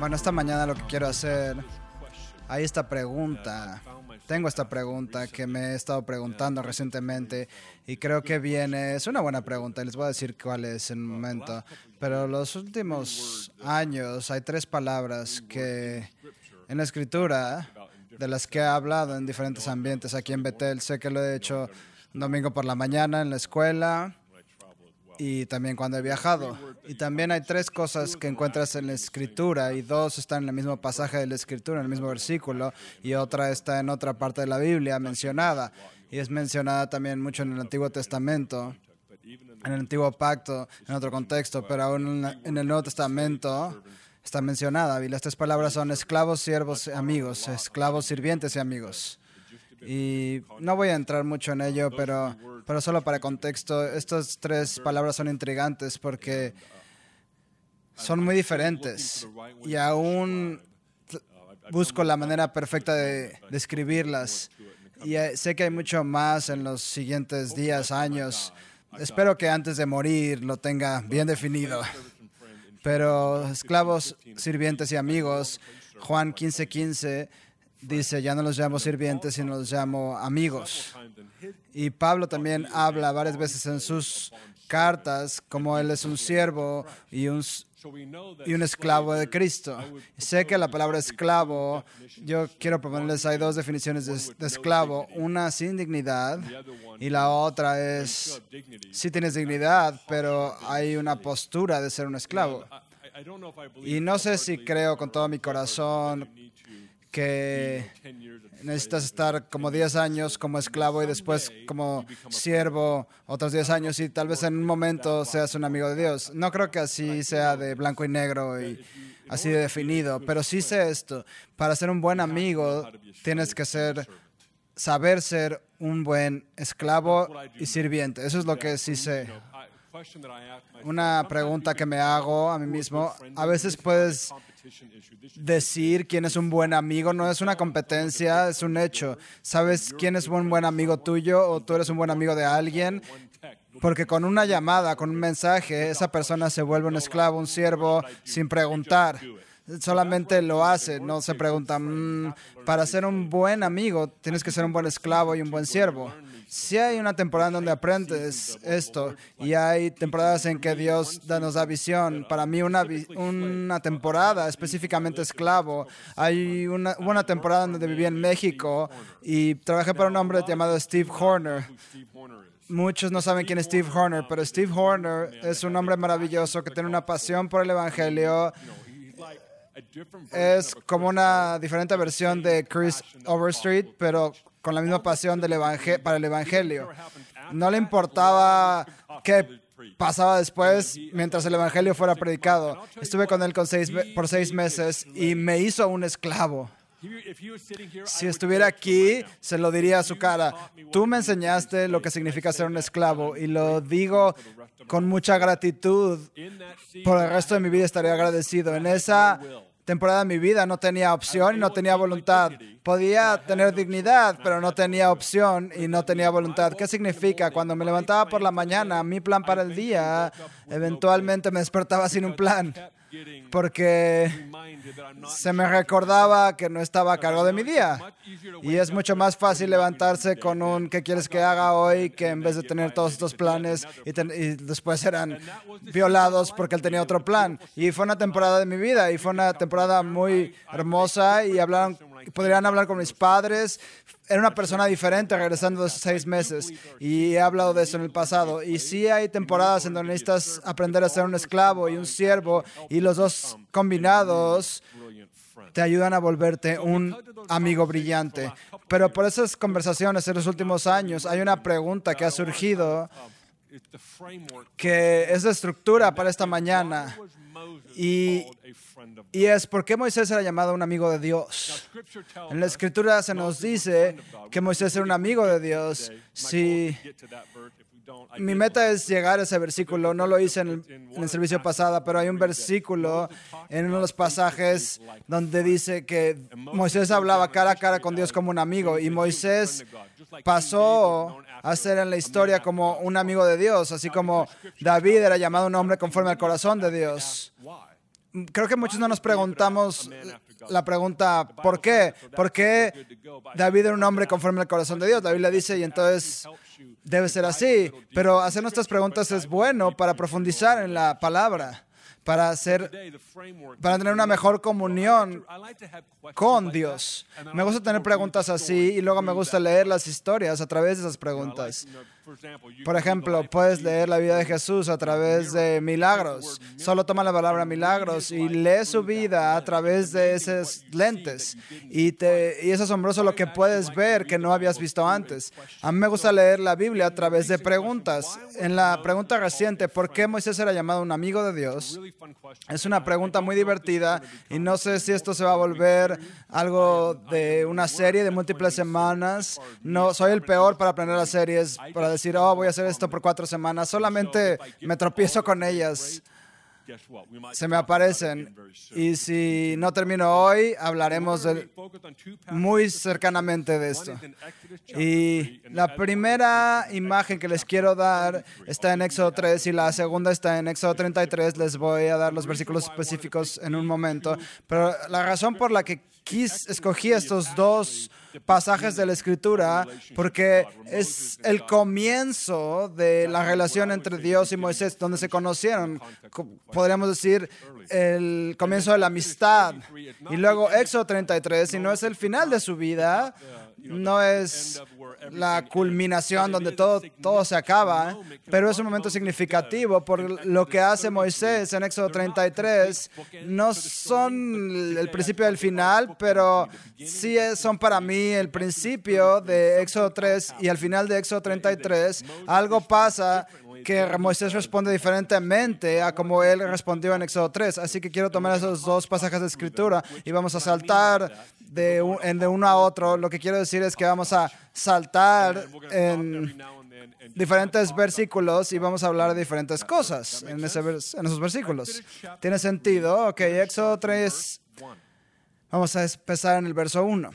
Bueno, esta mañana lo que quiero hacer, tengo esta pregunta que me he estado preguntando recientemente y creo que es una buena pregunta y les voy a decir cuál es en un momento, pero los últimos años hay 3 palabras que en la Escritura, de las que he hablado en diferentes ambientes aquí en Bethel. Sé que lo he hecho un domingo por la mañana en la escuela y también cuando he viajado. Y también hay 3 cosas que encuentras en la Escritura y 2 están en el mismo pasaje de la Escritura, en el mismo versículo, y otra está en otra parte de la Biblia mencionada. Y es mencionada también mucho en el Antiguo Testamento, en el Antiguo Pacto, en otro contexto, pero aún en el Nuevo Testamento está mencionada. Y las 3 palabras son esclavos, siervos, amigos, esclavos, sirvientes y amigos. Y no voy a entrar mucho en ello, pero solo para contexto, estas 3 palabras son intrigantes porque son muy diferentes y aún busco la manera perfecta de describirlas. Y sé que hay mucho más en los siguientes días, años. Espero que antes de morir lo tenga bien definido. Pero esclavos, sirvientes y amigos, Juan 15:15 dice, ya no los llamo sirvientes, sino los llamo amigos. Y Pablo también habla varias veces en sus cartas como él es un siervo y un esclavo de Cristo. Sé que la palabra esclavo, yo quiero proponerles, hay 2 definiciones de esclavo. Una sin dignidad y la otra es, sí tienes dignidad, pero hay una postura de ser un esclavo. Y no sé si creo con todo mi corazón que necesitas estar como 10 años como esclavo y después como siervo otros 10 años y tal vez en un momento seas un amigo de Dios. No creo que así sea de blanco y negro y así de definido, pero sí sé esto. Para ser un buen amigo tienes que saber ser un buen esclavo y sirviente. Eso es lo que sí sé. Una pregunta que me hago a mí mismo, a veces puedes decir quién es un buen amigo, no es una competencia, es un hecho. ¿Sabes quién es un buen amigo tuyo o tú eres un buen amigo de alguien? Porque con una llamada, con un mensaje, esa persona se vuelve un esclavo, un siervo, sin preguntar. Solamente lo hace, no se pregunta. Para ser un buen amigo, tienes que ser un buen esclavo y un buen siervo. Sí hay una temporada en donde aprendes esto y hay temporadas en que Dios nos da visión. Para mí una temporada específicamente esclavo. Hubo una temporada en donde viví en México y trabajé para un hombre llamado Steve Horner. Muchos no saben quién es Steve Horner, pero Steve Horner es un hombre maravilloso que tiene una pasión por el Evangelio. Es como una diferente versión de Chris Overstreet, pero con la misma pasión para el Evangelio. No le importaba qué pasaba después mientras el Evangelio fuera predicado. Estuve con él por 6 meses y me hizo un esclavo. Si estuviera aquí, se lo diría a su cara. Tú me enseñaste lo que significa ser un esclavo y lo digo con mucha gratitud. Por el resto de mi vida estaré agradecido. En esa temporada de mi vida no tenía opción y no tenía voluntad. Podía tener dignidad, pero no tenía opción y no tenía voluntad. ¿Qué significa? Cuando me levantaba por la mañana, mi plan para el día, eventualmente me despertaba sin un plan, porque se me recordaba que no estaba a cargo de mi día. Y es mucho más fácil levantarse con un ¿qué quieres que haga hoy? Que en vez de tener todos estos planes y después eran violados porque él tenía otro plan. Y fue una temporada de mi vida y fue una temporada muy hermosa y podrían hablar con mis padres. Era una persona diferente regresando de esos 6 meses y he hablado de eso en el pasado. Y sí hay temporadas en donde necesitas aprender a ser un esclavo y un siervo y los 2 combinados te ayudan a volverte un amigo brillante. Pero por esas conversaciones en los últimos años hay una pregunta que ha surgido que es de estructura para esta mañana. Y es ¿por qué Moisés era llamado un amigo de Dios? En la Escritura se nos dice que Moisés era un amigo de Dios. Mi meta es llegar a ese versículo. No lo hice en el servicio pasado, pero hay un versículo en uno de los pasajes donde dice que Moisés hablaba cara a cara con Dios como un amigo y Moisés pasó a ser en la historia como un amigo de Dios, así como David era llamado un hombre conforme al corazón de Dios. creo que muchos no nos preguntamos la pregunta, ¿por qué? ¿Por qué David era un hombre conforme al corazón de Dios? La Biblia dice, y entonces debe ser así. Pero hacer nuestras preguntas es bueno para profundizar en la palabra, para tener una mejor comunión con Dios. Me gusta tener preguntas así y luego me gusta leer las historias a través de esas preguntas. Por ejemplo, puedes leer la vida de Jesús a través de milagros. Solo toma la palabra milagros y lee su vida a través de esas lentes. Y es asombroso lo que puedes ver que no habías visto antes. A mí me gusta leer la Biblia a través de preguntas. En la pregunta reciente, ¿por qué Moisés era llamado un amigo de Dios? Es una pregunta muy divertida y no sé si esto se va a volver algo de una serie de múltiples semanas. No, soy el peor para aprender las series, para decir, voy a hacer esto por 4 semanas. Solamente me tropiezo con ellas. Se me aparecen. Y si no termino hoy, hablaremos muy cercanamente de esto. Y la primera imagen que les quiero dar está en Éxodo 3 y la segunda está en Éxodo 33. Les voy a dar los versículos específicos en un momento. Pero la razón por la que escogí estos dos pasajes de la Escritura, porque es el comienzo de la relación entre Dios y Moisés, donde se conocieron, podríamos decir, el comienzo de la amistad. Y luego Éxodo 33, y no es el final de su vida, no es la culminación donde todo se acaba, pero es un momento significativo por lo que hace Moisés en Éxodo 33. No son el principio del final, pero sí son para mí el principio de Éxodo 3 y al final de Éxodo 33. Algo pasa que Moisés responde diferentemente a como él respondió en Éxodo 3. Así que quiero tomar esos dos pasajes de Escritura y vamos a saltar de uno a otro. Lo que quiero decir es que vamos a saltar en diferentes versículos y vamos a hablar de diferentes cosas en esos versículos. ¿Tiene sentido? Ok, Éxodo 3. Vamos a empezar en el verso 1.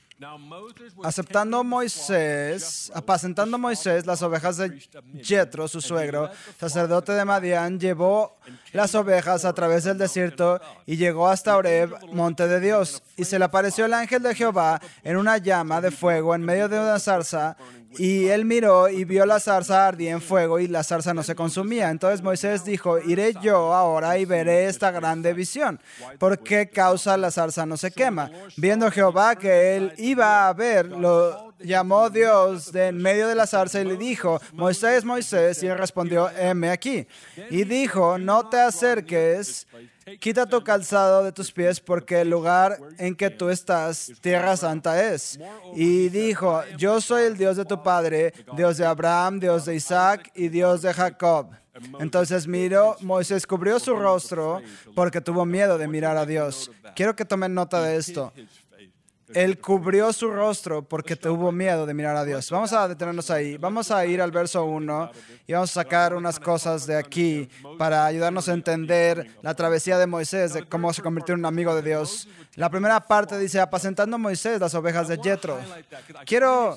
Apacentando Moisés las ovejas de Jetro, su suegro, sacerdote de Madián, llevó las ovejas a través del desierto y llegó hasta Horeb, monte de Dios. Y se le apareció el ángel de Jehová en una llama de fuego en medio de una zarza. Y él miró y vio la zarza ardía en fuego y la zarza no se consumía. Entonces Moisés dijo, iré yo ahora y veré esta grande visión. ¿Por qué causa la zarza no se quema? Viendo Jehová que él iba a ver, lo llamó Dios de en medio de la zarza y le dijo, Moisés, Moisés, y él respondió, heme aquí. Y dijo, no te acerques, quita tu calzado de tus pies, porque el lugar en que tú estás, tierra santa es. Y dijo, yo soy el Dios de tu padre, Dios de Abraham, Dios de Isaac y Dios de Jacob. Entonces Moisés cubrió su rostro porque tuvo miedo de mirar a Dios. Quiero que tomen nota de esto. Él cubrió su rostro porque tuvo miedo de mirar a Dios. Vamos a detenernos ahí. Vamos a ir al verso 1 y vamos a sacar unas cosas de aquí para ayudarnos a entender la travesía de Moisés, de cómo se convirtió en un amigo de Dios. La primera parte dice, apacentando Moisés las ovejas de Jetro. Quiero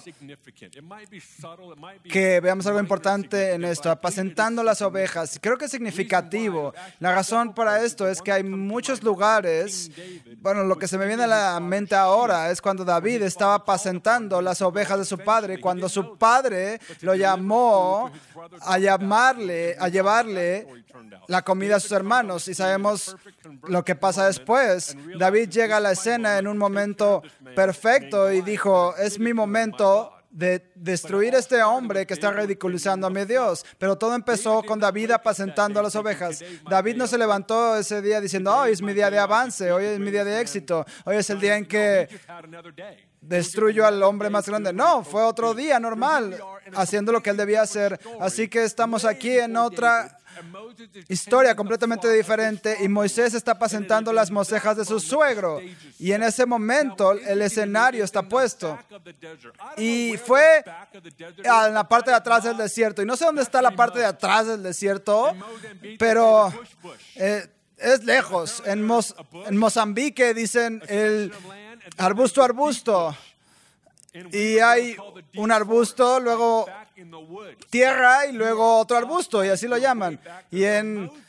que veamos algo importante en esto, apacentando las ovejas. Creo que es significativo. La razón para esto es que hay muchos lugares, bueno, lo que se me viene a la mente ahora es cuando David estaba apacentando las ovejas de su padre, cuando su padre lo llamó a llevarle la comida a sus hermanos, y sabemos lo que pasa después. David llega a la escena en un momento perfecto y dijo, es mi momento de destruir a este hombre que está ridiculizando a mi Dios. Pero todo empezó con David apacentando a las ovejas. David no se levantó ese día diciendo, hoy es mi día de avance, hoy es mi día de éxito, hoy es el día en que destruyo al hombre más grande. No, fue otro día normal, haciendo lo que él debía hacer. Así que estamos aquí en otra historia completamente diferente, y Moisés está apacentando las ovejas de su suegro, y en ese momento el escenario está puesto y fue en la parte de atrás del desierto, y no sé dónde está la parte de atrás del desierto, pero es lejos. En Mozambique dicen el arbusto, y hay un arbusto, luego tierra y luego otro arbusto, y así lo llaman. Y en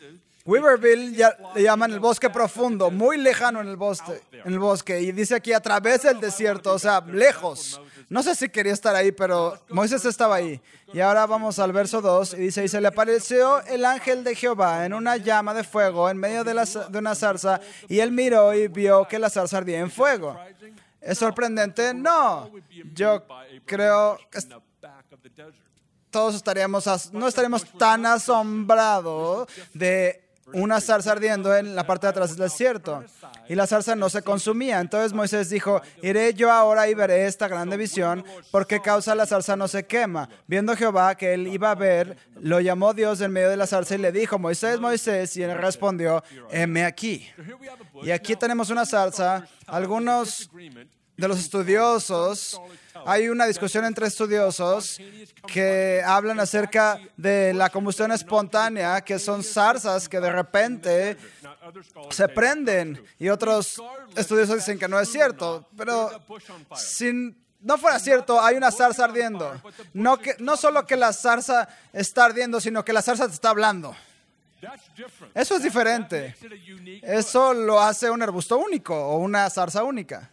Weaverville ya le llaman el bosque profundo, muy lejano en el bosque. Y dice aquí a través del desierto, o sea, lejos. No sé si quería estar ahí, pero Moisés estaba ahí. Y ahora vamos al verso 2 y dice, y se le apareció el ángel de Jehová en una llama de fuego en medio de una zarza, y él miró y vio que la zarza ardía en fuego. ¿Es sorprendente? No. Yo creo que todos no estaríamos tan asombrados de una zarza ardiendo en la parte de atrás del desierto. Y la zarza no se consumía. Entonces Moisés dijo, iré yo ahora y veré esta grande visión, porque causa la zarza no se quema. Viendo Jehová que él iba a ver, lo llamó Dios en medio de la zarza y le dijo, Moisés, Moisés, y él respondió, heme aquí. Y aquí tenemos una zarza. Algunos de los estudiosos, hay una discusión entre estudiosos que hablan acerca de la combustión espontánea, que son zarzas que de repente se prenden, y otros estudiosos dicen que no es cierto, pero si no fuera cierto, hay una zarza ardiendo. No solo que la zarza está ardiendo, sino que la zarza te está hablando. Eso es diferente. Eso lo hace un arbusto único o una zarza única.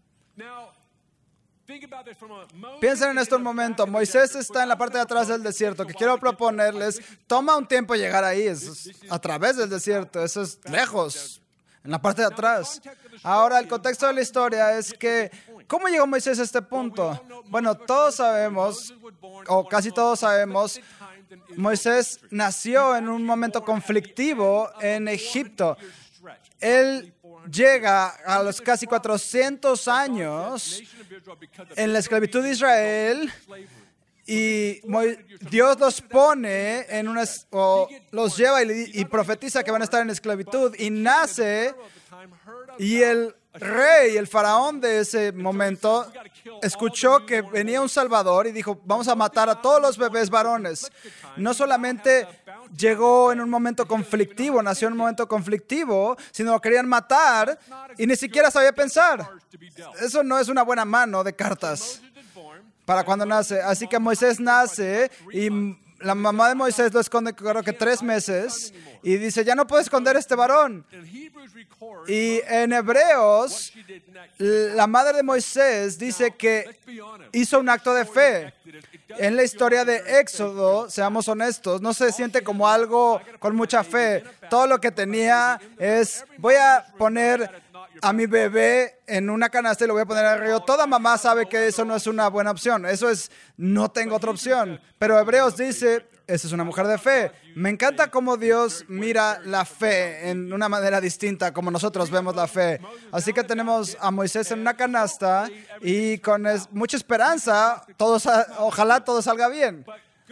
Piensen en esto un momento. Moisés está en la parte de atrás del desierto. Que quiero proponerles, toma un tiempo llegar ahí. Es a través del desierto. Eso es lejos, en la parte de atrás. Ahora, el contexto de la historia es que, ¿cómo llegó Moisés a este punto? Bueno, todos sabemos, o casi todos sabemos, Moisés nació en un momento conflictivo en Egipto. Él llega a los casi 400 años en la esclavitud de Israel, y Dios los pone en los lleva y profetiza que van a estar en esclavitud, y nace, y el rey, el faraón de ese momento, escuchó que venía un Salvador y dijo, vamos a matar a todos los bebés varones. No solamente llegó en un momento conflictivo, nació en un momento conflictivo, sino lo querían matar y ni siquiera sabía pensar. Eso no es una buena mano de cartas para cuando nace. Así que Moisés nace y la mamá de Moisés lo esconde, creo que 3 meses, y dice, ya no puedo esconder a este varón. Y en Hebreos, la madre de Moisés dice que hizo un acto de fe. En la historia de Éxodo, seamos honestos, no se siente como algo con mucha fe. Todo lo que tenía es, voy a poner a mi bebé en una canasta y lo voy a poner al río. Toda mamá sabe que eso no es una buena opción. Eso es, no tengo otra opción. Pero Hebreos dice, esa es una mujer de fe. Me encanta cómo Dios mira la fe en una manera distinta como nosotros vemos la fe. Así que tenemos a Moisés en una canasta y con mucha esperanza, ojalá todo salga bien.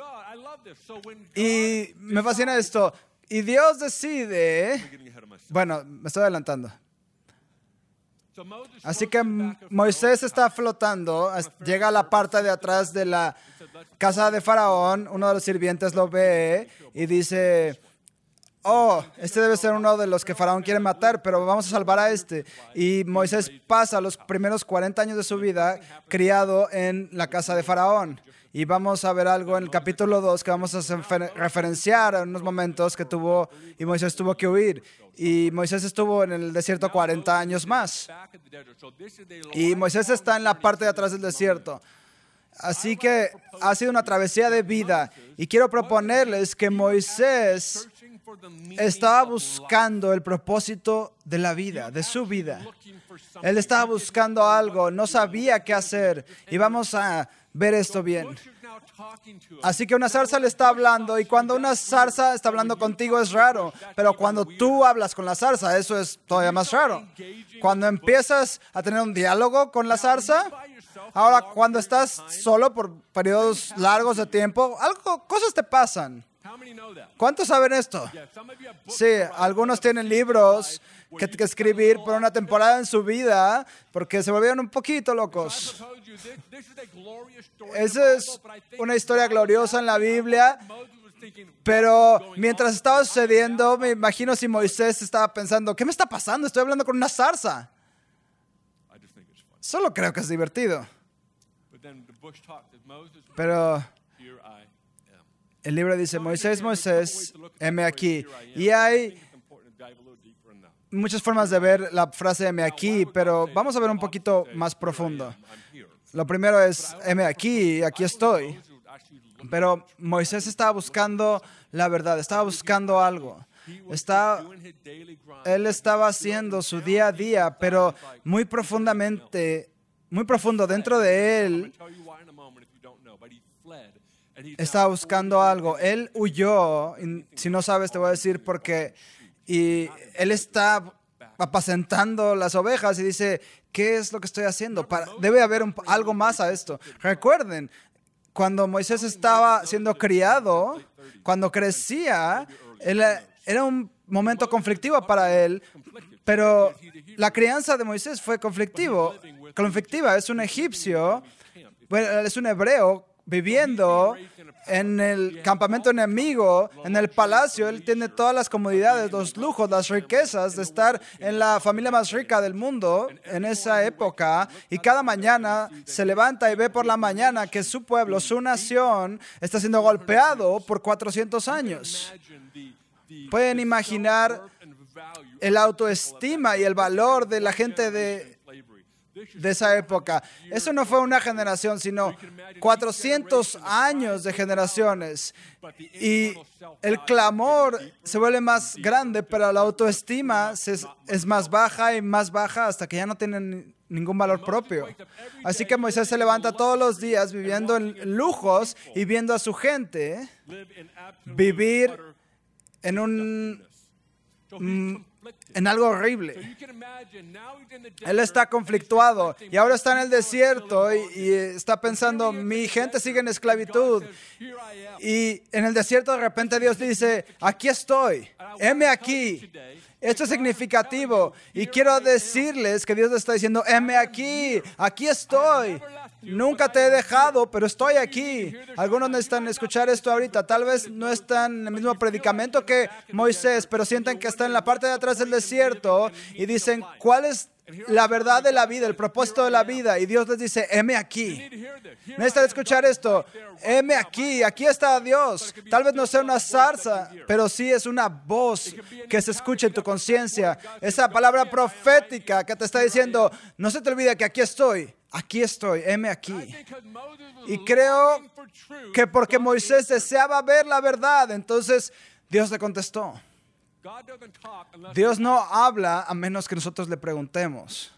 Y me fascina esto. Y Dios decide, bueno, me estoy adelantando. Así que Moisés está flotando, llega a la parte de atrás de la casa de Faraón, uno de los sirvientes lo ve y dice, oh, este debe ser uno de los que Faraón quiere matar, pero vamos a salvar a este. Y Moisés pasa los primeros 40 años de su vida criado en la casa de Faraón. Y vamos a ver algo en el capítulo 2 que vamos a referenciar en unos momentos que tuvo, y Moisés tuvo que huir. Y Moisés estuvo en el desierto 40 años más. Y Moisés está en la parte de atrás del desierto. Así que ha sido una travesía de vida. Y quiero proponerles que Moisés estaba buscando el propósito de la vida, de su vida. Él estaba buscando algo, no sabía qué hacer. Y vamos a ver esto bien. Así que una zarza le está hablando, y cuando una zarza está hablando contigo es raro, pero cuando tú hablas con la zarza, eso es todavía más raro. Cuando empiezas a tener un diálogo con la zarza, ahora cuando estás solo por periodos largos de tiempo, cosas te pasan. ¿Cuántos saben esto? Sí, algunos tienen libros que escribir por una temporada en su vida porque se volvieron un poquito locos. Esa es una historia gloriosa en la Biblia, pero mientras estaba sucediendo, me imagino si Moisés estaba pensando, ¿qué me está pasando? Estoy hablando con una zarza. Solo creo que es divertido. Pero el libro dice, Moisés, Moisés, heme aquí. Y hay muchas formas de ver la frase heme aquí, pero vamos a ver un poquito más profundo. Lo primero es heme aquí, aquí estoy. Pero Moisés estaba buscando la verdad, estaba buscando algo. Él estaba haciendo su día a día, pero muy profundamente, muy profundo dentro de él, estaba buscando algo. Él huyó, y si no sabes te voy a decir por qué. Y él está apacentando las ovejas y dice, ¿qué es lo que estoy haciendo? Debe haber algo más a esto. Recuerden, cuando Moisés estaba siendo criado, cuando crecía, era un momento conflictivo para él, pero la crianza de Moisés fue conflictiva. Es un egipcio, es un hebreo viviendo en el campamento enemigo, en el palacio. Él tiene todas las comodidades, los lujos, las riquezas de estar en la familia más rica del mundo en esa época. Y cada mañana se levanta y ve por la mañana que su pueblo, su nación, está siendo golpeado por 400 años. Pueden imaginar el autoestima y el valor de la gente de esa época. Eso no fue una generación, sino 400 años de generaciones. Y el clamor se vuelve más grande, pero la autoestima es más baja y más baja hasta que ya no tienen ningún valor propio. Así que Moisés se levanta todos los días viviendo en lujos y viendo a su gente vivir en algo horrible. Él está conflictuado y ahora está en el desierto y está pensando, mi gente sigue en esclavitud. Y en el desierto de repente Dios dice, aquí estoy, heme aquí. Esto es significativo y quiero decirles que Dios está diciendo, heme aquí, aquí estoy. Nunca te he dejado, pero estoy aquí. Algunos necesitan escuchar esto ahorita. Tal vez no están en el mismo predicamento que Moisés, pero sienten que están en la parte de atrás del desierto y dicen, ¿cuál es la verdad de la vida, el propósito de la vida? Y Dios les dice, heme aquí. Necesitan escuchar esto. Heme aquí, aquí está Dios. Tal vez no sea una zarza, pero sí es una voz que se escucha en tu conciencia. Esa palabra profética que te está diciendo, no se te olvide que aquí estoy. Aquí estoy, heme aquí. Y creo que porque Moisés deseaba ver la verdad, entonces Dios le contestó. Dios no habla a menos que nosotros le preguntemos.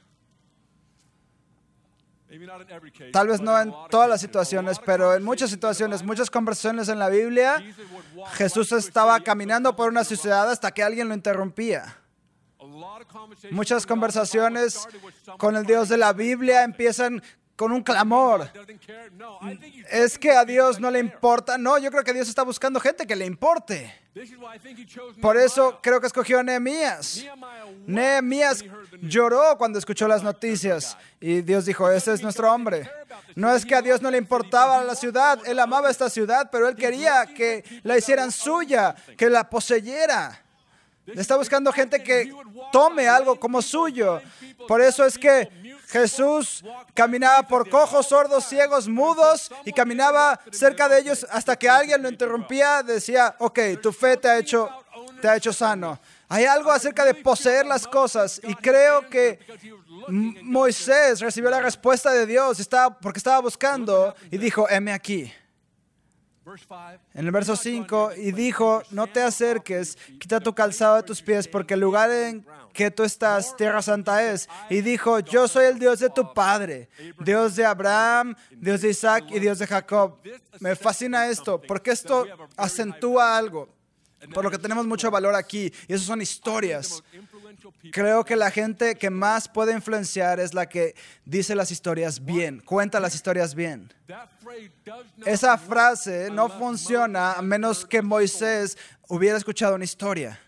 Tal vez no en todas las situaciones, pero en muchas situaciones, muchas conversaciones en la Biblia, Jesús estaba caminando por una ciudad hasta que alguien lo interrumpía. Muchas conversaciones con el Dios de la Biblia empiezan con un clamor. Es que a Dios no le importa. No, yo creo que Dios está buscando gente que le importe. Por eso creo que escogió a Nehemías. Nehemías lloró cuando escuchó las noticias y Dios dijo, ese es nuestro hombre. No es que a Dios no le importaba la ciudad, Él amaba esta ciudad, pero Él quería que la hicieran suya, que la poseyera. Está buscando gente que tome algo como suyo. Por eso es que Jesús caminaba por cojos, sordos, ciegos, mudos y caminaba cerca de ellos hasta que alguien lo interrumpía. Decía, ok, tu fe te ha hecho sano. Hay algo acerca de poseer las cosas y creo que Moisés recibió la respuesta de Dios porque estaba buscando y dijo, heme aquí. En el verso 5, y dijo, no te acerques, quita tu calzado de tus pies, porque el lugar en que tú estás, tierra santa es. Y dijo, yo soy el Dios de tu padre, Dios de Abraham, Dios de Isaac y Dios de Jacob. Me fascina esto, porque esto acentúa algo, por lo que tenemos mucho valor aquí, y eso son historias. Creo que la gente que más puede influenciar es la que dice las historias bien, cuenta las historias bien. Esa frase no funciona a menos que Moisés hubiera escuchado una historia.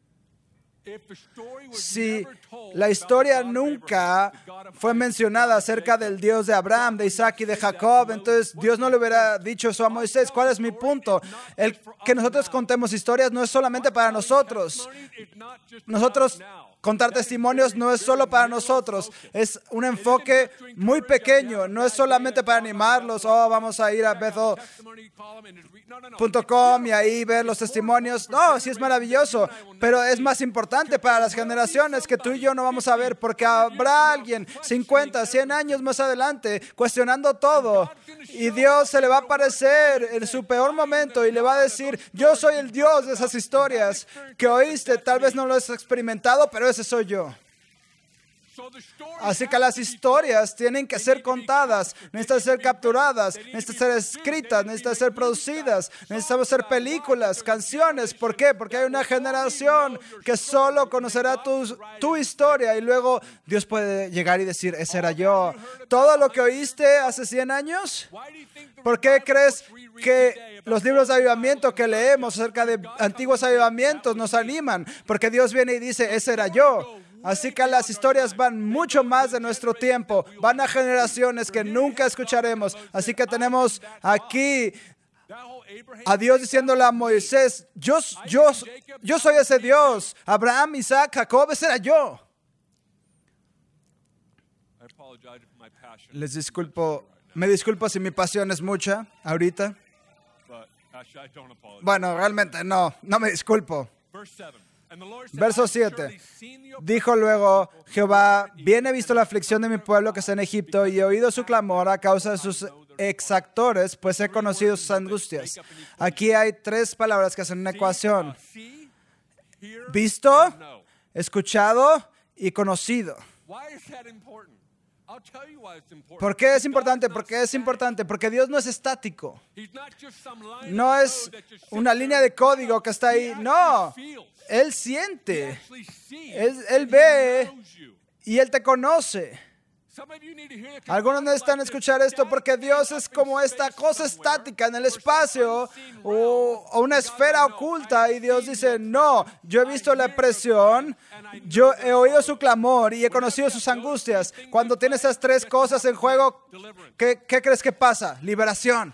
Si la historia nunca fue mencionada acerca del Dios de Abraham, de Isaac y de Jacob, entonces Dios no le hubiera dicho eso a Moisés. ¿Cuál es mi punto? El que nosotros contemos historias no es solamente para nosotros. Contar testimonios no es solo para nosotros. Es un enfoque muy pequeño. No es solamente para animarlos. Vamos a ir a Bethel.com y ahí ver los testimonios. No, sí es maravilloso, pero es más importante importante para las generaciones que tú y yo no vamos a ver, porque habrá alguien 50, 100 años más adelante cuestionando todo, y Dios se le va a aparecer en su peor momento y le va a decir: yo soy el Dios de esas historias que oíste, tal vez no lo has experimentado, pero ese soy yo. Así que las historias tienen que ser contadas, necesitan ser capturadas, necesitan ser escritas, necesitan ser producidas, necesitamos hacer películas, canciones. ¿Por qué? Porque hay una generación que solo conocerá tu historia, y luego Dios puede llegar y decir: ese era yo. ¿Todo lo que oíste hace 100 años? ¿Por qué crees que los libros de avivamiento que leemos acerca de antiguos avivamientos nos animan? Porque Dios viene y dice: ese era yo. Así que las historias van mucho más de nuestro tiempo, van a generaciones que nunca escucharemos. Así que tenemos aquí a Dios diciéndole a Moisés: yo soy ese Dios. Abraham, Isaac, Jacob, ese era yo. Me disculpo si mi pasión es mucha ahorita. Bueno, realmente no me disculpo. Verso 7. Dijo luego Jehová: bien he visto la aflicción de mi pueblo que está en Egipto, y he oído su clamor a causa de sus exactores, pues he conocido sus angustias. Aquí hay 3 palabras que hacen una ecuación: visto, escuchado y conocido. ¿Por qué es importante? Porque Dios no es estático. No es una línea de código que está ahí. No, Él siente. Él ve y Él te conoce. Algunos necesitan escuchar esto, porque Dios es como esta cosa estática en el espacio, o una esfera oculta, y Dios dice: no, yo he visto la presión, yo he oído su clamor y he conocido sus angustias. Cuando tienes esas 3 cosas en juego, ¿qué crees que pasa? Liberación.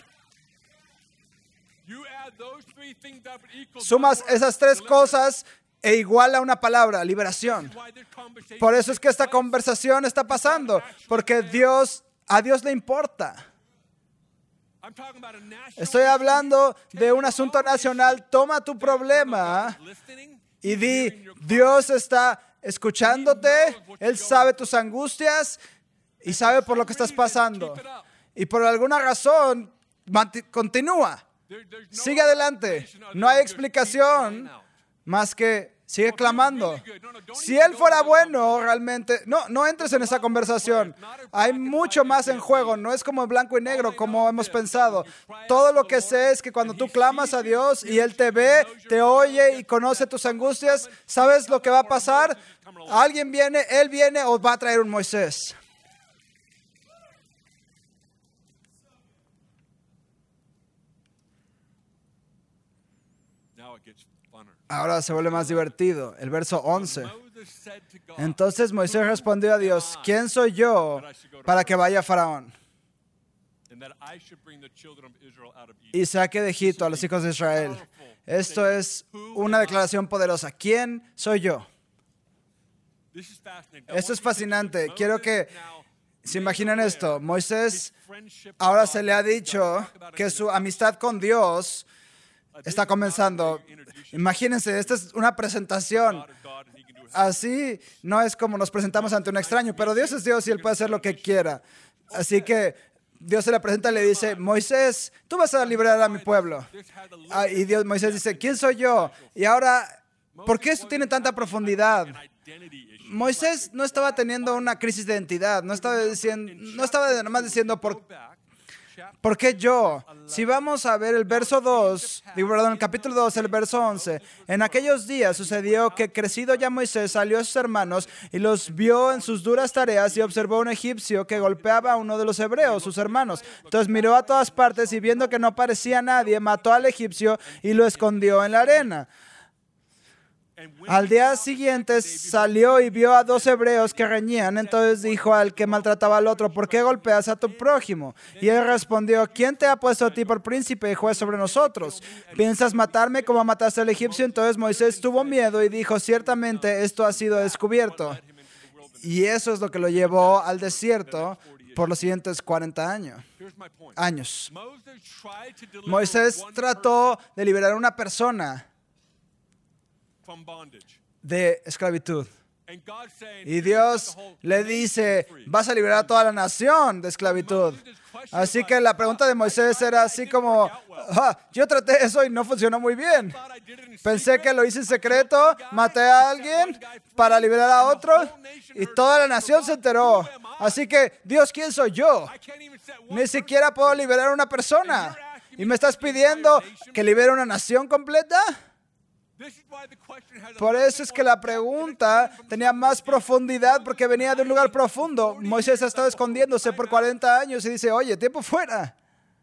Sumas esas 3 cosas e igual a una palabra: liberación. Por eso es que esta conversación está pasando, porque a Dios le importa. Estoy hablando de un asunto nacional. Toma tu problema y di: Dios está escuchándote, Él sabe tus angustias y sabe por lo que estás pasando. Y por alguna razón, continúa. Sigue adelante. No hay explicación más que sigue clamando. Si Él fuera bueno, realmente, no entres en esa conversación. Hay mucho más en juego. No es como blanco y negro como hemos pensado. Todo lo que sé es que cuando tú clamas a Dios y Él te ve, te oye y conoce tus angustias, ¿sabes lo que va a pasar? Alguien viene, Él viene, o va a traer un Moisés. Ahora se vuelve más divertido. El verso 11. Entonces Moisés respondió a Dios: ¿quién soy yo para que vaya Faraón y saque de Egipto a los hijos de Israel? Esto es una declaración poderosa. ¿Quién soy yo? Esto es fascinante. Quiero que se imaginen esto. Moisés ahora se le ha dicho que su amistad con Dios está comenzando. Imagínense, esta es una presentación. Así no es como nos presentamos ante un extraño, pero Dios es Dios y Él puede hacer lo que quiera. Así que Dios se le presenta y le dice: Moisés, tú vas a liberar a mi pueblo. Y Moisés dice: ¿quién soy yo? Y ahora, ¿por qué esto tiene tanta profundidad? Moisés no estaba teniendo una crisis de identidad. No estaba nomás diciendo ¿por qué yo? Si vamos a ver el verso 2, el capítulo 2, el verso 11. En aquellos días sucedió que, crecido ya Moisés, salió a sus hermanos y los vio en sus duras tareas, y observó a un egipcio que golpeaba a uno de los hebreos, sus hermanos. Entonces miró a todas partes, y viendo que no aparecía nadie, mató al egipcio y lo escondió en la arena. Al día siguiente salió y vio a 2 hebreos que reñían. Entonces dijo al que maltrataba al otro: ¿por qué golpeas a tu prójimo? Y él respondió: ¿quién te ha puesto a ti por príncipe y juez sobre nosotros? ¿Piensas matarme como mataste al egipcio? Entonces Moisés tuvo miedo y dijo: ciertamente esto ha sido descubierto. Y eso es lo que lo llevó al desierto por los siguientes 40 años. Moisés trató de liberar a una persona de esclavitud. Y Dios le dice, vas a liberar a toda la nación de esclavitud. Así que la pregunta de Moisés era así como, yo traté eso y no funcionó muy bien. Pensé que lo hice en secreto, maté a alguien para liberar a otro y toda la nación se enteró. Así que, Dios, ¿quién soy yo? Ni siquiera puedo liberar a una persona. ¿Y me estás pidiendo que libere una nación completa? Por eso es que la pregunta tenía más profundidad porque venía de un lugar profundo. Moisés ha estado escondiéndose por 40 años y dice, oye, tiempo fuera.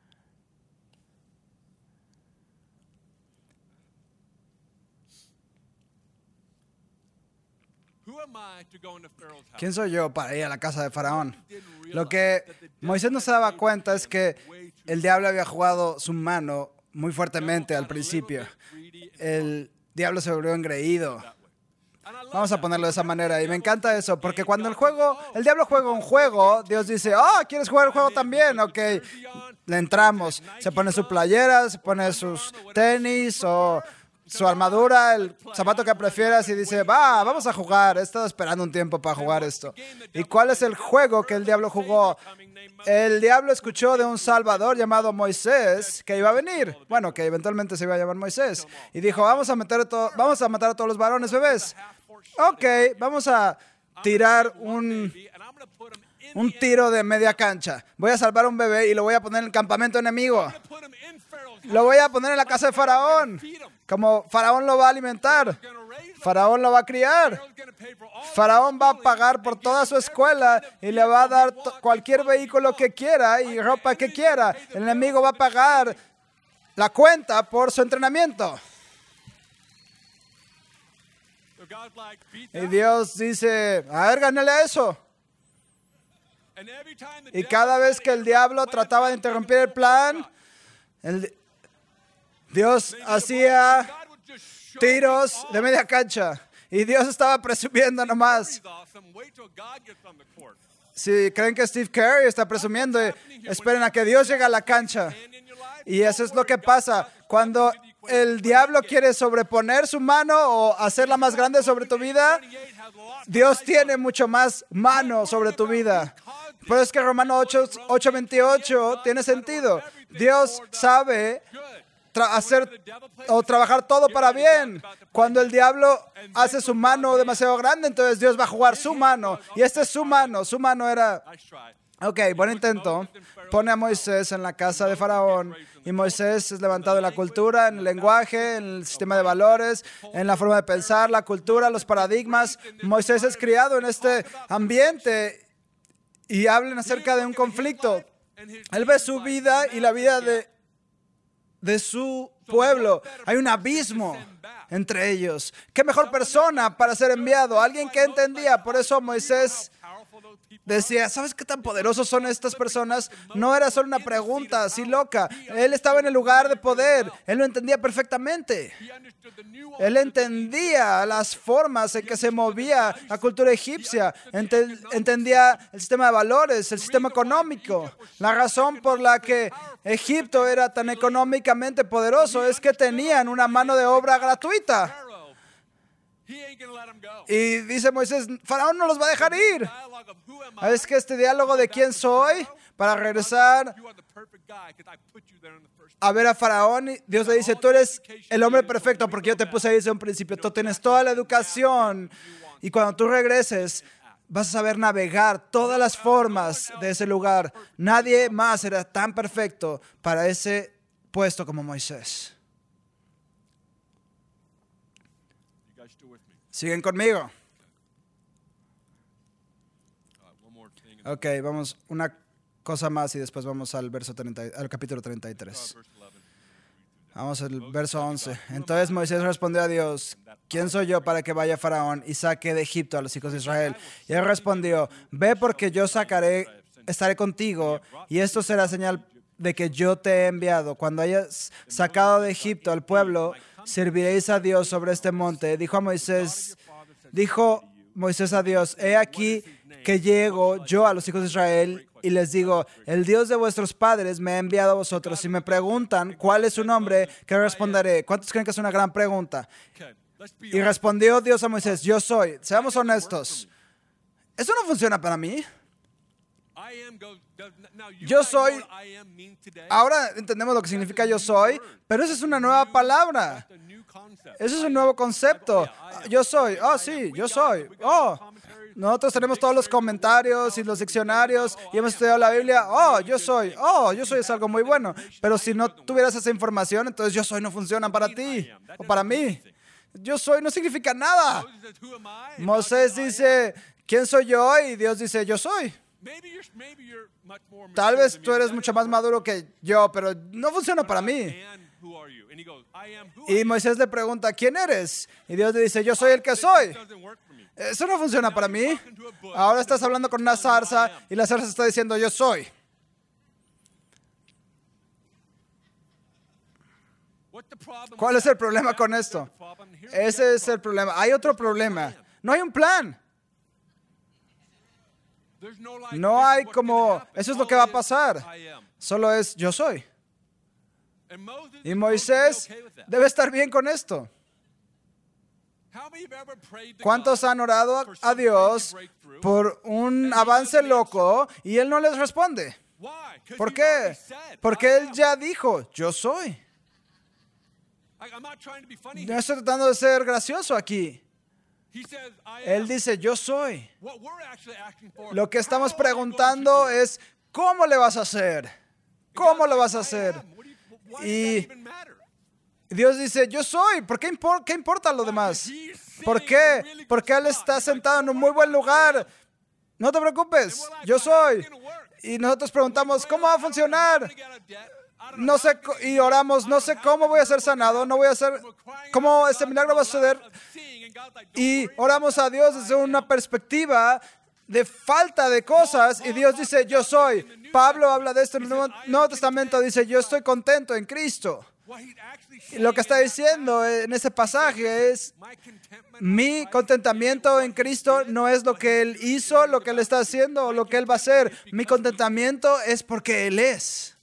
¿Quién soy yo para ir a la casa de Faraón? Lo que Moisés no se daba cuenta es que el diablo había jugado su mano muy fuertemente al principio. El diablo se volvió engreído. Vamos a ponerlo de esa manera. Y me encanta eso, porque cuando el diablo juega un juego, Dios dice, ¿quieres jugar el juego también? Ok, le entramos. Se pone su playera, se pone sus tenis o su armadura, el zapato que prefieras y dice, vamos a jugar. He estado esperando un tiempo para jugar esto. ¿Y cuál es el juego que el diablo jugó? El diablo escuchó de un salvador llamado Moisés que iba a venir. Bueno, que eventualmente se iba a llamar Moisés. Y dijo, vamos a matar a todos los varones bebés. Ok, vamos a tirar un tiro de media cancha. Voy a salvar a un bebé y lo voy a poner en el campamento enemigo. Lo voy a poner en la casa de Faraón. Como Faraón lo va a alimentar. Faraón lo va a criar. Faraón va a pagar por toda su escuela y le va a dar cualquier vehículo que quiera y ropa que quiera. El enemigo va a pagar la cuenta por su entrenamiento. Y Dios dice, a ver, gánale a eso. Y cada vez que el diablo trataba de interrumpir el plan, Dios hacía tiros de media cancha. Y Dios estaba presumiendo nomás. Si creen que Steve Curry está presumiendo, esperen a que Dios llegue a la cancha. Y eso es lo que pasa. Cuando el diablo quiere sobreponer su mano o hacerla más grande sobre tu vida, Dios tiene mucho más mano sobre tu vida. Por eso es que Romanos 8:28 tiene sentido. Dios sabe trabajar todo para bien. Cuando el diablo hace su mano demasiado grande, entonces Dios va a jugar su mano. Y esta es su mano. Su mano era... Ok, buen intento. Pone a Moisés en la casa de Faraón. Y Moisés es levantado en la cultura, en el lenguaje, en el sistema de valores, en la forma de pensar, la cultura, los paradigmas. Moisés es criado en este ambiente y hablan acerca de un conflicto. Él ve su vida y la vida de su pueblo. Hay un abismo entre ellos. ¿Qué mejor persona para ser enviado? Alguien que entendía. Por eso Moisés decía, ¿sabes qué tan poderosos son estas personas? No era solo una pregunta así loca. Él estaba en el lugar de poder. Él lo entendía perfectamente. Él entendía las formas en que se movía la cultura egipcia. Entendía el sistema de valores, el sistema económico. La razón por la que Egipto era tan económicamente poderoso es que tenían una mano de obra gratuita. Y dice Moisés, Faraón no los va a dejar ir. Es que este diálogo de quién soy, para regresar a ver a Faraón, Dios le dice, tú eres el hombre perfecto porque yo te puse ahí desde un principio. Tú tienes toda la educación y cuando tú regreses vas a saber navegar todas las formas de ese lugar. Nadie más era tan perfecto para ese puesto como Moisés. ¿Siguen conmigo? Ok, vamos una cosa más y después vamos al capítulo 33. Vamos al verso 11. Entonces Moisés respondió a Dios, ¿quién soy yo para que vaya Faraón y saque de Egipto a los hijos de Israel? Y él respondió, ve porque yo estaré contigo y esto será señal de que yo te he enviado. Cuando hayas sacado de Egipto al pueblo, serviréis a Dios sobre este monte. Dijo Moisés a Dios, he aquí que llego yo a los hijos de Israel y les digo, el Dios de vuestros padres me ha enviado a vosotros. Si me preguntan cuál es su nombre, ¿qué responderé? ¿Cuántos creen que es una gran pregunta? Y respondió Dios a Moisés, yo soy. Seamos honestos. Eso no funciona para mí. Yo soy. Ahora entendemos lo que significa yo soy, pero esa es una nueva palabra. Ese es un nuevo concepto. Yo soy. Oh, sí, yo soy. Oh, nosotros tenemos todos los comentarios y los diccionarios y hemos estudiado la Biblia. Oh, yo soy. Oh, yo soy es algo muy bueno. Pero si no tuvieras esa información, entonces yo soy no funciona para ti o para mí. Yo soy no significa nada. Moisés dice, ¿quién soy yo? Y Dios dice, yo soy. Tal vez tú eres mucho más maduro que yo, pero no funciona para mí. Y Moisés le pregunta, ¿quién eres? Y Dios le dice, yo soy el que soy. Eso no funciona para mí. Ahora estás hablando con una zarza y la zarza está diciendo, yo soy. ¿Cuál es el problema con esto? Ese es el problema. Hay otro problema. No hay un plan. No hay como, eso es lo que va a pasar. Solo es, yo soy. Y Moisés debe estar bien con esto. ¿Cuántos han orado a Dios por un avance loco y Él no les responde? ¿Por qué? Porque Él ya dijo, yo soy. No estoy tratando de ser gracioso aquí. Él dice, yo soy. Lo que estamos preguntando es, ¿cómo le vas a hacer? ¿Cómo lo vas a hacer? Y Dios dice, yo soy. ¿Por qué importa lo demás? ¿Por qué? Porque Él está sentado en un muy buen lugar. No te preocupes, yo soy. Y nosotros preguntamos, ¿cómo va a funcionar? No sé, y oramos, no sé cómo voy a ser sanado, no voy a ser, cómo este milagro va a suceder. Y oramos a Dios desde una perspectiva de falta de cosas y Dios dice, yo soy. Pablo habla de esto en el Nuevo Testamento, dice, yo estoy contento en Cristo. Y lo que está diciendo en ese pasaje es, mi contentamiento en Cristo no es lo que Él hizo, lo que Él está haciendo o lo que Él va a hacer. Mi contentamiento es porque Él es.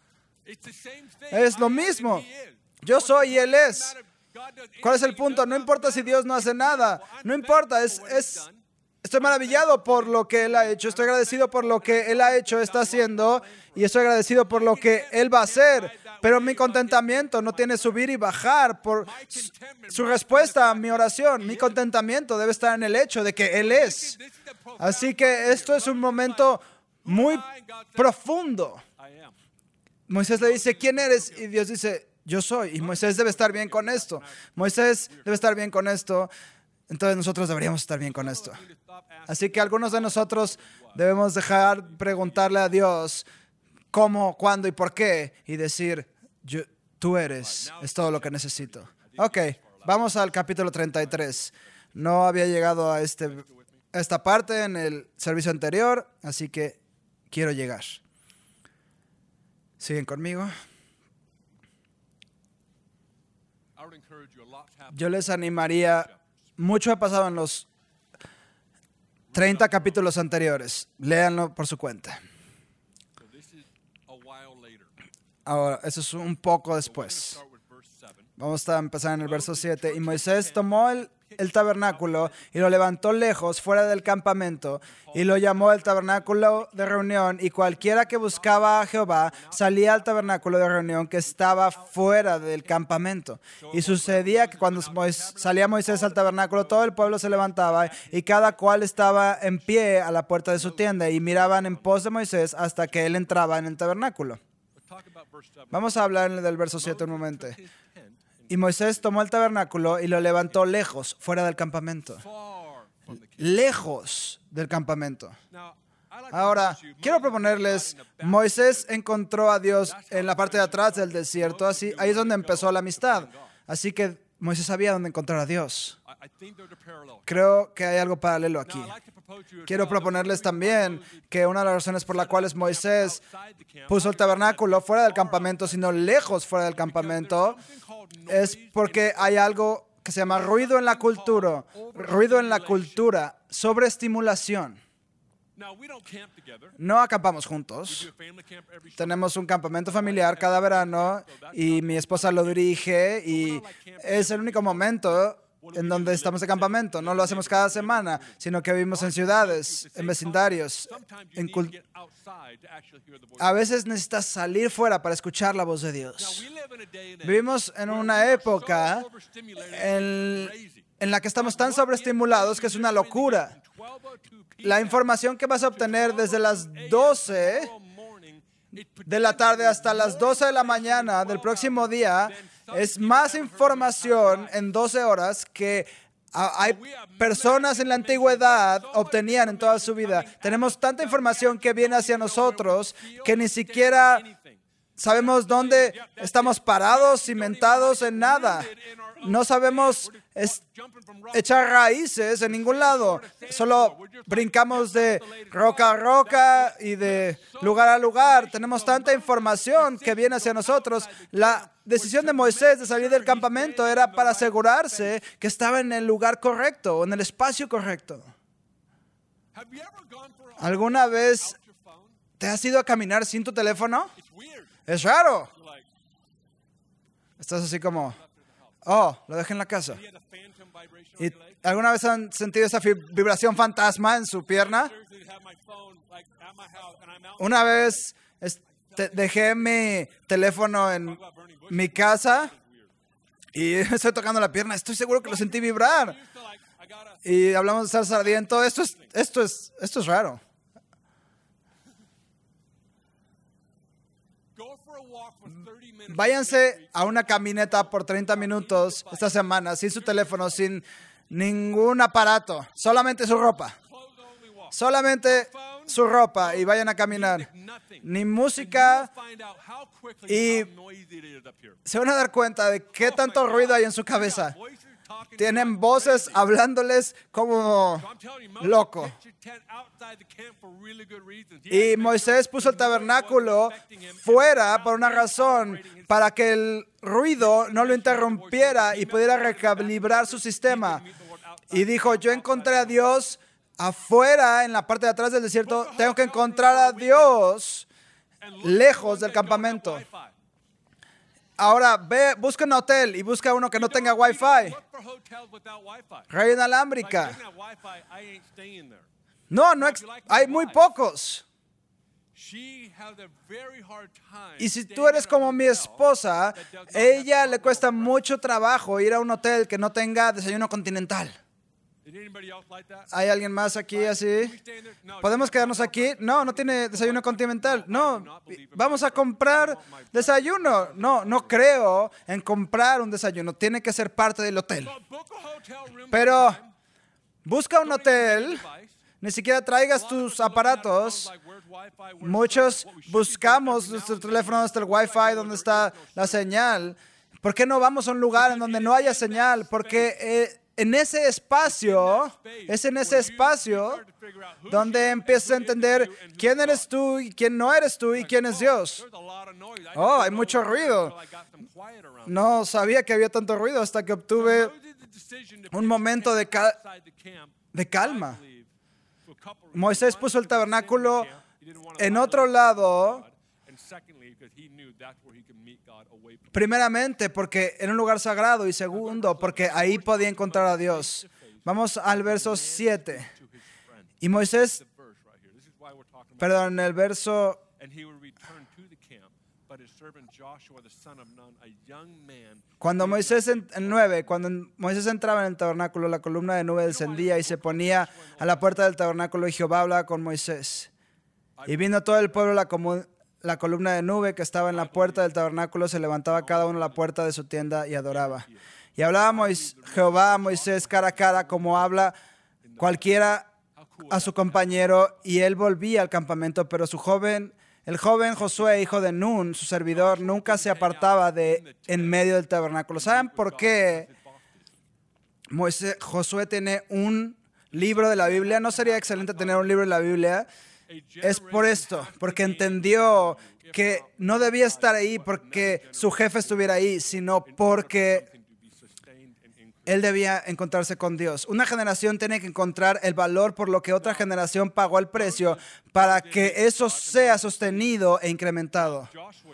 Es lo mismo. Yo soy y Él es. ¿Cuál es el punto? No importa si Dios no hace nada. No importa. Estoy maravillado por lo que Él ha hecho. Estoy agradecido por lo que Él ha hecho, está haciendo. Y estoy agradecido por lo que Él va a hacer. Pero mi contentamiento no tiene subir y bajar por su respuesta a mi oración. Mi contentamiento debe estar en el hecho de que Él es. Así que esto es un momento muy profundo. Moisés le dice, ¿quién eres? Y Dios dice, yo soy. Y Moisés debe estar bien con esto. Moisés debe estar bien con esto. Entonces nosotros deberíamos estar bien con esto. Así que algunos de nosotros debemos dejar preguntarle a Dios cómo, cuándo y por qué. Y decir, tú eres, es todo lo que necesito. Ok, vamos al capítulo 33. No había llegado a esta parte en el servicio anterior, así que quiero llegar. ¿Siguen conmigo? Yo les animaría, mucho ha pasado en los 30 capítulos anteriores. Léanlo por su cuenta. Ahora, eso es un poco después. Vamos a empezar en el verso 7. Y Moisés tomó el tabernáculo y lo levantó lejos, fuera del campamento, y lo llamó el tabernáculo de reunión, y cualquiera que buscaba a Jehová salía al tabernáculo de reunión que estaba fuera del campamento. Y sucedía que cuando salía Moisés al tabernáculo, todo el pueblo se levantaba y cada cual estaba en pie a la puerta de su tienda y miraban en pos de Moisés hasta que él entraba en el tabernáculo. Vamos a hablar del verso 7 un momento. Y Moisés tomó el tabernáculo y lo levantó lejos, fuera del campamento. Lejos del campamento. Ahora, quiero proponerles, Moisés encontró a Dios en la parte de atrás del desierto, ahí es donde empezó la amistad. Así que Moisés sabía dónde encontrar a Dios. Creo que hay algo paralelo aquí. Quiero proponerles también que una de las razones por las cuales Moisés puso el tabernáculo fuera del campamento, sino lejos fuera del campamento, es porque hay algo que se llama ruido en la cultura, sobreestimulación. No acampamos juntos. Tenemos un campamento familiar cada verano y mi esposa lo dirige y es el único momento en donde estamos de campamento. No lo hacemos cada semana, sino que vivimos en ciudades, en vecindarios. A veces necesitas salir fuera para escuchar la voz de Dios. Vivimos en una época en la que estamos tan sobreestimulados que es una locura. La información que vas a obtener desde las 12 de la tarde hasta las 12 de la mañana del próximo día es más información en 12 horas que hay personas en la antigüedad obtenían en toda su vida. Tenemos tanta información que viene hacia nosotros que ni siquiera sabemos dónde estamos parados, cimentados en nada. No sabemos echar raíces en ningún lado. Solo brincamos de roca a roca y de lugar a lugar. Tenemos tanta información que viene hacia nosotros. La decisión de Moisés de salir del campamento era para asegurarse que estaba en el lugar correcto, en el espacio correcto. ¿Alguna vez te has ido a caminar sin tu teléfono? Es raro. Estás así como, oh, lo dejé en la casa. ¿Y alguna vez han sentido esa vibración fantasma en su pierna? Una vez dejé mi teléfono en mi casa y estoy tocando la pierna. Estoy seguro que lo sentí vibrar. Y hablamos de salsa ardiente. Esto es raro. Váyanse a una caminata por 30 minutos esta semana, sin su teléfono, sin ningún aparato, solamente su ropa. Solamente su ropa y vayan a caminar. Ni música y se van a dar cuenta de qué tanto ruido hay en su cabeza. Tienen voces hablándoles como loco. Y Moisés puso el tabernáculo fuera por una razón, para que el ruido no lo interrumpiera y pudiera recalibrar su sistema. Y dijo, yo encontré a Dios afuera, en la parte de atrás del desierto. Tengo que encontrar a Dios lejos del campamento. Ahora busca un hotel y busca uno que no tenga Wi-Fi. Red inalámbrica. No, hay muy pocos. Y si tú eres como mi esposa, ella le cuesta mucho trabajo ir a un hotel que no tenga desayuno continental. ¿Hay alguien más aquí así? ¿Podemos quedarnos aquí? No tiene desayuno continental. No, vamos a comprar desayuno. No creo en comprar un desayuno. Tiene que ser parte del hotel. Pero busca un hotel. Ni siquiera traigas tus aparatos. Muchos buscamos nuestro teléfono, donde está el Wi-Fi, donde está la señal. ¿Por qué no vamos a un lugar en donde no haya señal? Porque es en ese espacio donde empiezas a entender quién eres tú y quién no eres tú y quién es Dios. Oh, hay mucho ruido. No sabía que había tanto ruido hasta que obtuve un momento de calma. Moisés puso el tabernáculo en otro lado. Primeramente, porque era un lugar sagrado, y segundo, porque ahí podía encontrar a Dios. Vamos al verso 7. Y Moisés, el verso... Cuando Moisés, el 9, cuando Moisés entraba en el tabernáculo, la columna de nube descendía y se ponía a la puerta del tabernáculo, y Jehová hablaba con Moisés. Y vino todo el pueblo, la columna de nube que estaba en la puerta del tabernáculo, se levantaba cada uno a la puerta de su tienda y adoraba. Y hablaba Jehová a Moisés cara a cara, como habla cualquiera a su compañero, y él volvía al campamento, pero el joven Josué, hijo de Nun, su servidor, nunca se apartaba de en medio del tabernáculo. ¿Saben por qué Josué tiene un libro de la Biblia? ¿No sería excelente tener un libro de la Biblia? Es por esto, porque entendió que no debía estar ahí porque su jefe estuviera ahí, sino porque Él debía encontrarse con Dios. Una generación tiene que encontrar el valor por lo que otra generación pagó el precio para que eso sea sostenido e incrementado.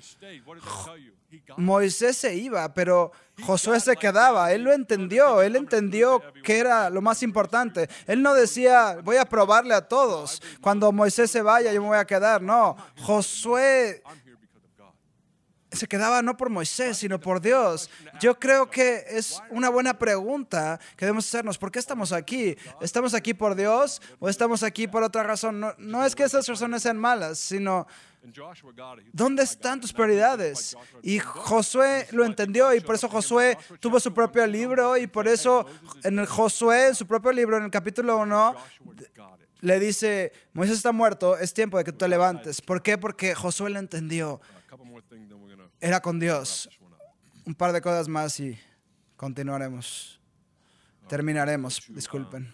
Moisés se iba, pero Josué se quedaba. Él lo entendió. Él entendió que era lo más importante. Él no decía, voy a probarle a todos. Cuando Moisés se vaya, yo me voy a quedar. No, Josué se quedaba no por Moisés, sino por Dios. Yo creo que es una buena pregunta que debemos hacernos. ¿Por qué estamos aquí? ¿Estamos aquí por Dios o estamos aquí por otra razón? No es que esas razones sean malas, sino ¿dónde están tus prioridades? Y Josué lo entendió y por eso Josué tuvo su propio libro y por eso en su propio libro, en el capítulo 1, le dice, Moisés está muerto, es tiempo de que tú te levantes. ¿Por qué? Porque Josué lo entendió. Era con Dios. Un par de cosas más y continuaremos. Terminaremos, disculpen.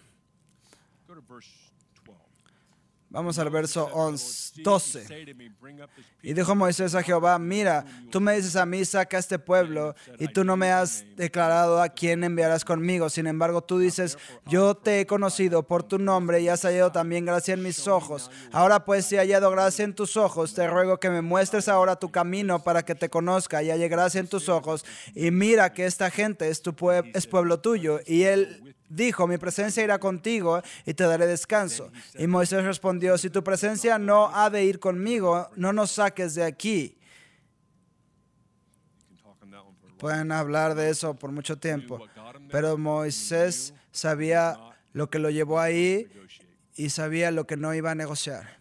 Vamos al verso 12. Y dijo Moisés a Jehová, mira, tú me dices a mí, saca a este pueblo, y tú no me has declarado a quién enviarás conmigo. Sin embargo, tú dices, yo te he conocido por tu nombre y has hallado también gracia en mis ojos. Ahora pues, si he hallado gracia en tus ojos, te ruego que me muestres ahora tu camino para que te conozca y halle gracia en tus ojos. Y mira que esta gente es pueblo tuyo. Y él dijo, mi presencia irá contigo y te daré descanso. Y Moisés respondió, si tu presencia no ha de ir conmigo, no nos saques de aquí. Pueden hablar de eso por mucho tiempo, pero Moisés sabía lo que lo llevó ahí y sabía lo que no iba a negociar.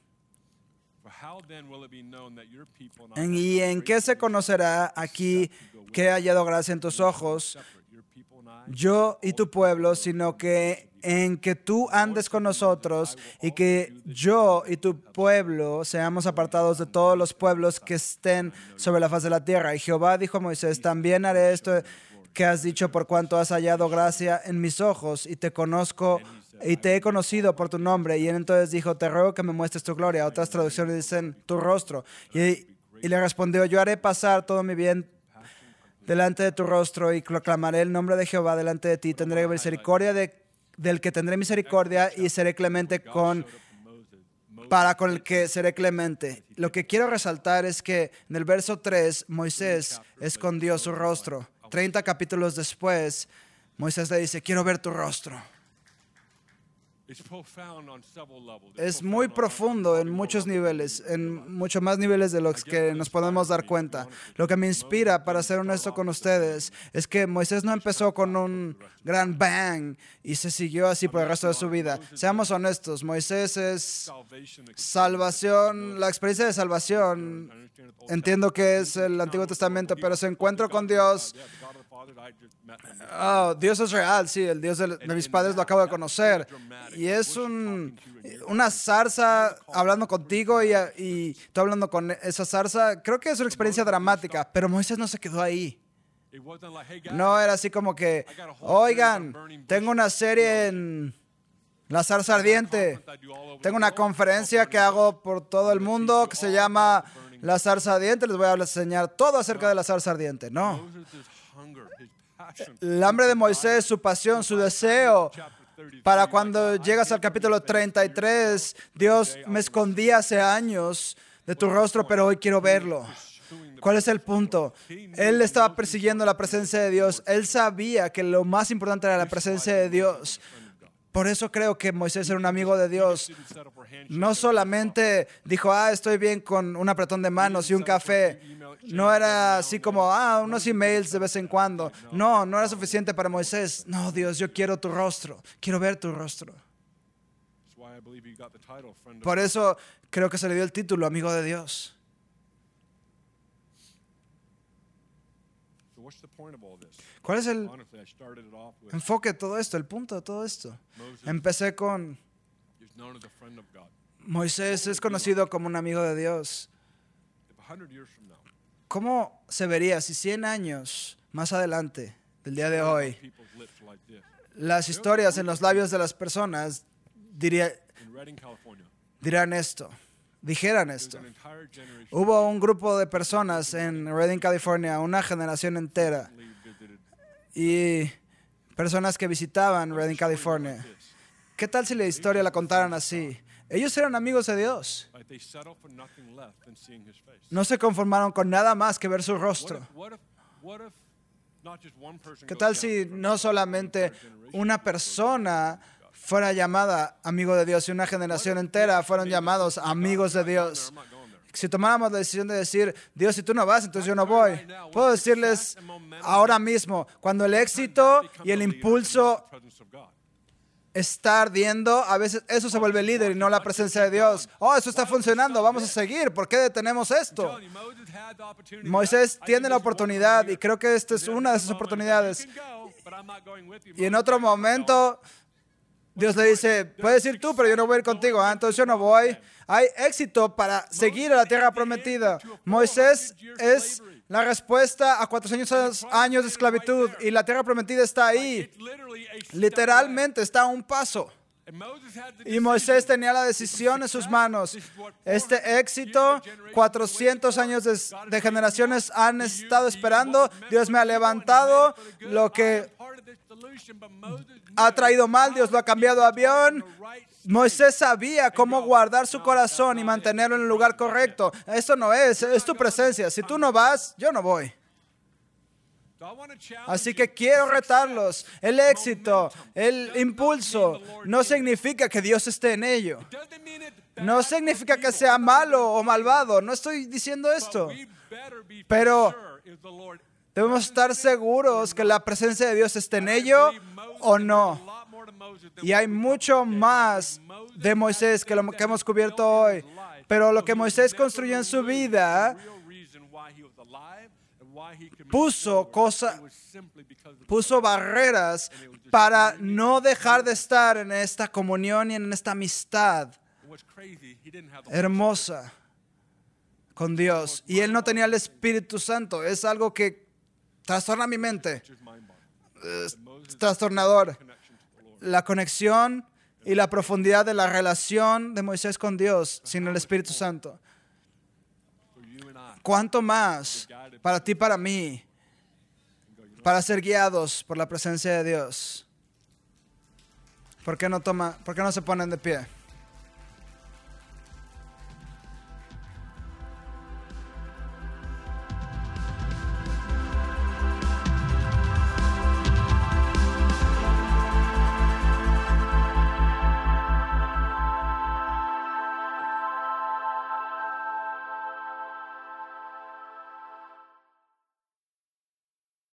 ¿Y en qué se conocerá aquí que he hallado gracia en tus ojos, yo y tu pueblo, sino que en que tú andes con nosotros y que yo y tu pueblo seamos apartados de todos los pueblos que estén sobre la faz de la tierra? Y Jehová dijo a Moisés, también haré esto que has dicho por cuanto has hallado gracia en mis ojos y te conozco y te he conocido por tu nombre. Y él entonces dijo, te ruego que me muestres tu gloria. Otras traducciones dicen tu rostro. Y le respondió, yo haré pasar todo mi bien delante de tu rostro y proclamaré el nombre de Jehová delante de ti. Tendré misericordia del que tendré misericordia y seré clemente para con el que seré clemente. Lo que quiero resaltar es que en el verso 3, Moisés escondió su rostro. 30 capítulos después, Moisés le dice, quiero ver tu rostro. Es muy profundo en muchos niveles, en muchos más niveles de los que nos podemos dar cuenta. Lo que me inspira, para ser honesto con ustedes, es que Moisés no empezó con un gran bang y se siguió así por el resto de su vida. Seamos honestos, Moisés es salvación, la experiencia de salvación. Entiendo que es el Antiguo Testamento, pero su encuentro con Dios, Dios es real, sí, el Dios de mis padres lo acabo de conocer. Y es una zarza hablando contigo y tú hablando con esa zarza. Creo que es una experiencia dramática, pero Moisés no se quedó ahí. No era así como que, oigan, tengo una serie en La Zarza Ardiente. Tengo una conferencia que hago por todo el mundo que se llama La Zarza Ardiente. Les voy a enseñar todo acerca de la zarza ardiente. No. El hambre de Moisés, su pasión, su deseo, para cuando llegas al capítulo 33, Dios, me escondí hace años de tu rostro, pero hoy quiero verlo. ¿Cuál es el punto? Él estaba persiguiendo la presencia de Dios. Él sabía que lo más importante era la presencia de Dios. Por eso creo que Moisés era un amigo de Dios. No solamente dijo, estoy bien con un apretón de manos y un café. No era así como, unos emails de vez en cuando. No era suficiente para Moisés. No, Dios, yo quiero tu rostro. Quiero ver tu rostro. Por eso creo que se le dio el título, amigo de Dios. ¿Cuál es el enfoque de todo esto, el punto de todo esto? Empecé con Moisés es conocido como un amigo de Dios. ¿Cómo se vería si 100 años más adelante del día de hoy, las historias en los labios de las personas dijeran esto? Hubo un grupo de personas en Redding, California, una generación entera. Y personas que visitaban Redding, California. ¿Qué tal si la historia la contaran así? Ellos eran amigos de Dios. No se conformaron con nada más que ver su rostro. ¿Qué tal si no solamente una persona fuera llamada amigo de Dios y una generación entera fueron llamados amigos de Dios? Si tomáramos la decisión de decir, Dios, si tú no vas, entonces yo no voy. Puedo decirles ahora mismo, cuando el éxito y el impulso está ardiendo, a veces eso se vuelve líder y no la presencia de Dios. Oh, eso está funcionando, vamos a seguir. ¿Por qué detenemos esto? Moisés tiene la oportunidad y creo que esta es una de esas oportunidades. Y en otro momento, Dios le dice, puedes ir tú, pero yo no voy a ir contigo. Entonces yo no voy. Hay éxito para seguir a la tierra prometida. Moisés es la respuesta a 400 años de esclavitud y la tierra prometida está ahí. Literalmente está a un paso. Y Moisés tenía la decisión en sus manos. Este éxito, 400 años de generaciones han estado esperando. Dios me ha levantado. Lo que ha traído mal, Dios lo ha cambiado a bien. Moisés sabía cómo guardar su corazón y mantenerlo en el lugar correcto. Eso no es tu presencia. Si tú no vas, yo no voy. Así que quiero retarlos. El éxito, el impulso, no significa que Dios esté en ello. No significa que sea malo o malvado. No estoy diciendo esto. Pero debemos estar seguros que la presencia de Dios esté en ello o no. Y hay mucho más de Moisés que lo que hemos cubierto hoy. Pero lo que Moisés construyó en su vida puso barreras para no dejar de estar en esta comunión y en esta amistad hermosa con Dios. Y él no tenía el Espíritu Santo. Es algo que trastorna mi mente. Es trastornador. La conexión y la profundidad de la relación de Moisés con Dios sin el Espíritu Santo. ¿Cuánto más para ti, para mí, para ser guiados por la presencia de Dios? ¿Por qué no se ponen de pie?